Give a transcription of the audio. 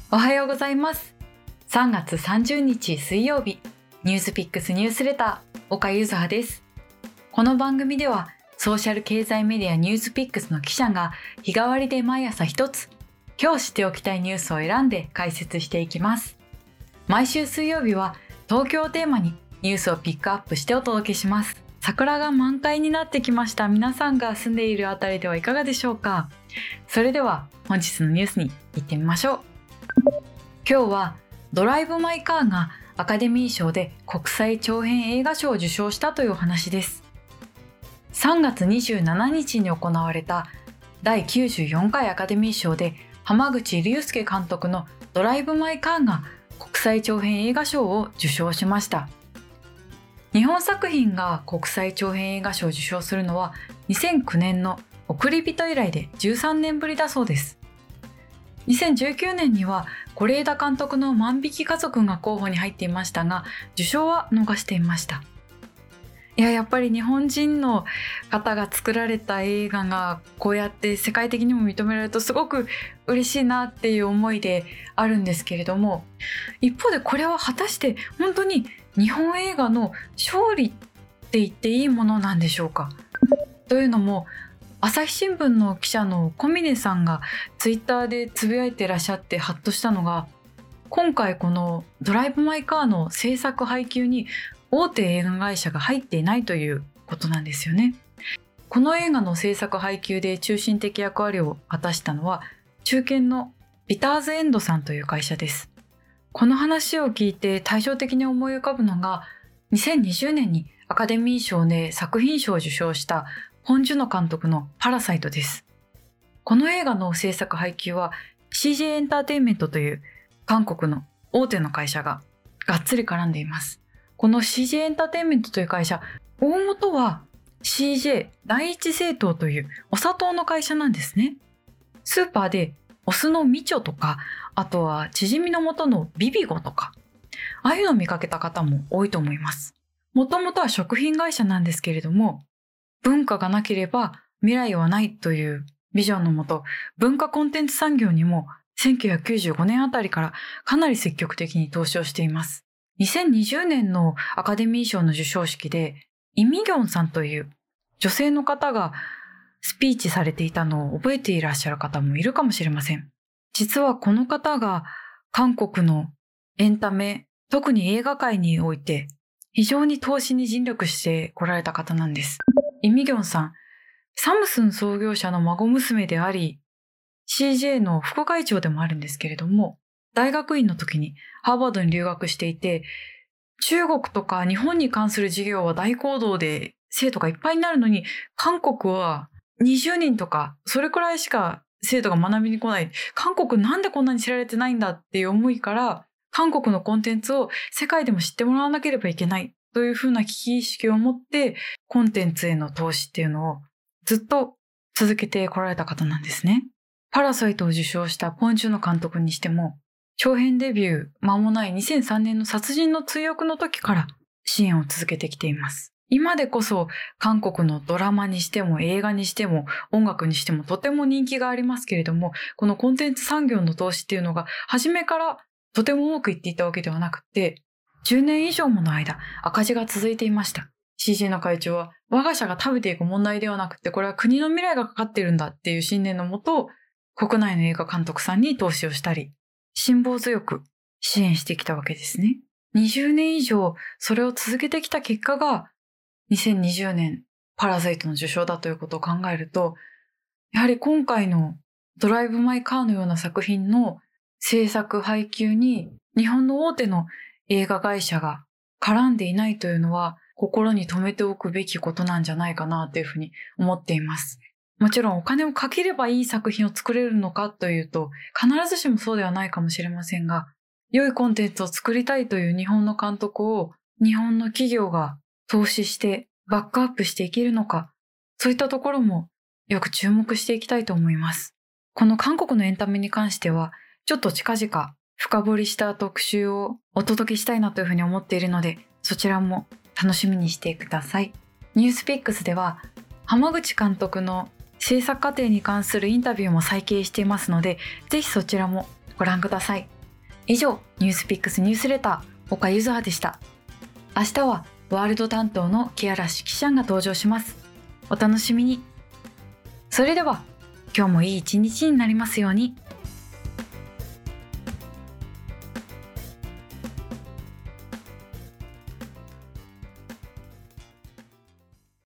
おはようございます。3月30日水曜日、ニュースピックスニュースレター岡ゆずはです。この番組ではソーシャル経済メディアニュースピックスの記者が日替わりで毎朝一つ今日知っておきたいニュースを選んで解説していきます。毎週水曜日は東京をテーマにニュースをピックアップしてお届けします。桜が満開になってきました。皆さんが住んでいるあたりではいかがでしょうか。それでは本日のニュースに行ってみましょう。今日はドライブ・マイ・カーがアカデミー賞で国際長編映画賞を受賞したというお話です。3月27日に行われた第94回アカデミー賞で濱口竜介監督のドライブ・マイ・カーが国際長編映画賞を受賞しました。日本作品が国際長編映画賞を受賞するのは2009年の送り人以来で13年ぶりだそうです。2019年には是枝監督の万引き家族が候補に入っていましたが、受賞は逃していました。やっぱり日本人の方が作られた映画がこうやって世界的にも認められるとすごく嬉しいなっていう思いであるんですけれども、一方でこれは果たして本当に日本映画の勝利って言っていいものなんでしょうか。というのも朝日新聞の記者の小峰さんがツイッターでつぶやいてらっしゃってハッとしたのが、今回このドライブ・マイ・カーの制作配給に大手映画会社が入っていないということなんですよね。この映画の制作配給で中心的役割を果たしたのは中堅のビターズエンドさんという会社です。この話を聞いて対照的に思い浮かぶのが2020年にアカデミー賞で作品賞を受賞したポン・ジュノ監督のパラサイトです。この映画の制作配給は CJ エンターテインメントという韓国の大手の会社ががっつり絡んでいます。この CJ エンターテインメントという会社、大元は CJ 第一製糖というお砂糖の会社なんですね。スーパーでお酢のミチョとか、あとはチヂミの素のビビゴとか、ああいうのを見かけた方も多いと思います。もともとは食品会社なんですけれども、文化がなければ未来はないというビジョンのもと、文化コンテンツ産業にも1995年あたりからかなり積極的に投資をしています。2020年のアカデミー賞の授賞式でイ・ミギョンさんという女性の方がスピーチされていたのを覚えていらっしゃる方もいるかもしれません。実はこの方が韓国のエンタメ、特に映画界において非常に投資に尽力してこられた方なんです。イ・ミギョンさん、サムスン創業者の孫娘であり、CJ の副会長でもあるんですけれども、大学院の時にハーバードに留学していて、中国とか日本に関する授業は大講堂で生徒がいっぱいになるのに、韓国は20人とかそれくらいしか生徒が学びに来ない。韓国なんでこんなに知られてないんだっていう思いから、韓国のコンテンツを世界でも知ってもらわなければいけないというふうな危機意識を持ってコンテンツへの投資っていうのをずっと続けてこられた方なんですね。パラサイトを受賞したポン・ジュノ監督にしても、長編デビュー間もない2003年の殺人の追憶の時から支援を続けてきています。今でこそ韓国のドラマにしても映画にしても音楽にしてもとても人気がありますけれども、このコンテンツ産業の投資っていうのが初めからとても多くいっていたわけではなくて、10年以上もの間赤字が続いていました。CJ の会長は我が社が食べていく問題ではなくて、これは国の未来がかかっているんだっていう信念のもと、国内の映画監督さんに投資をしたり、辛抱強く支援してきたわけですね。20年以上それを続けてきた結果が2020年パラサイトの受賞だということを考えると、やはり今回のドライブ・マイ・カーのような作品の制作配給に日本の大手の映画会社が絡んでいないというのは心に留めておくべきことなんじゃないかなというふうに思っています。もちろんお金をかければいい作品を作れるのかというと必ずしもそうではないかもしれませんが、良いコンテンツを作りたいという日本の監督を日本の企業が投資してバックアップしていけるのか、そういったところもよく注目していきたいと思います。この韓国のエンタメに関してはちょっと近々深掘りした特集をお届けしたいなというふうに思っているので、そちらも楽しみにしてください。ニュースピックスでは濱口監督の制作過程に関するインタビューも再掲していますので、ぜひそちらもご覧ください。 以上、ニュースピックスニュースレター岡ゆずはでした。明日はワールド担当の木原識ちゃんが登場します。お楽しみに。それでは今日もいい一日になりますように。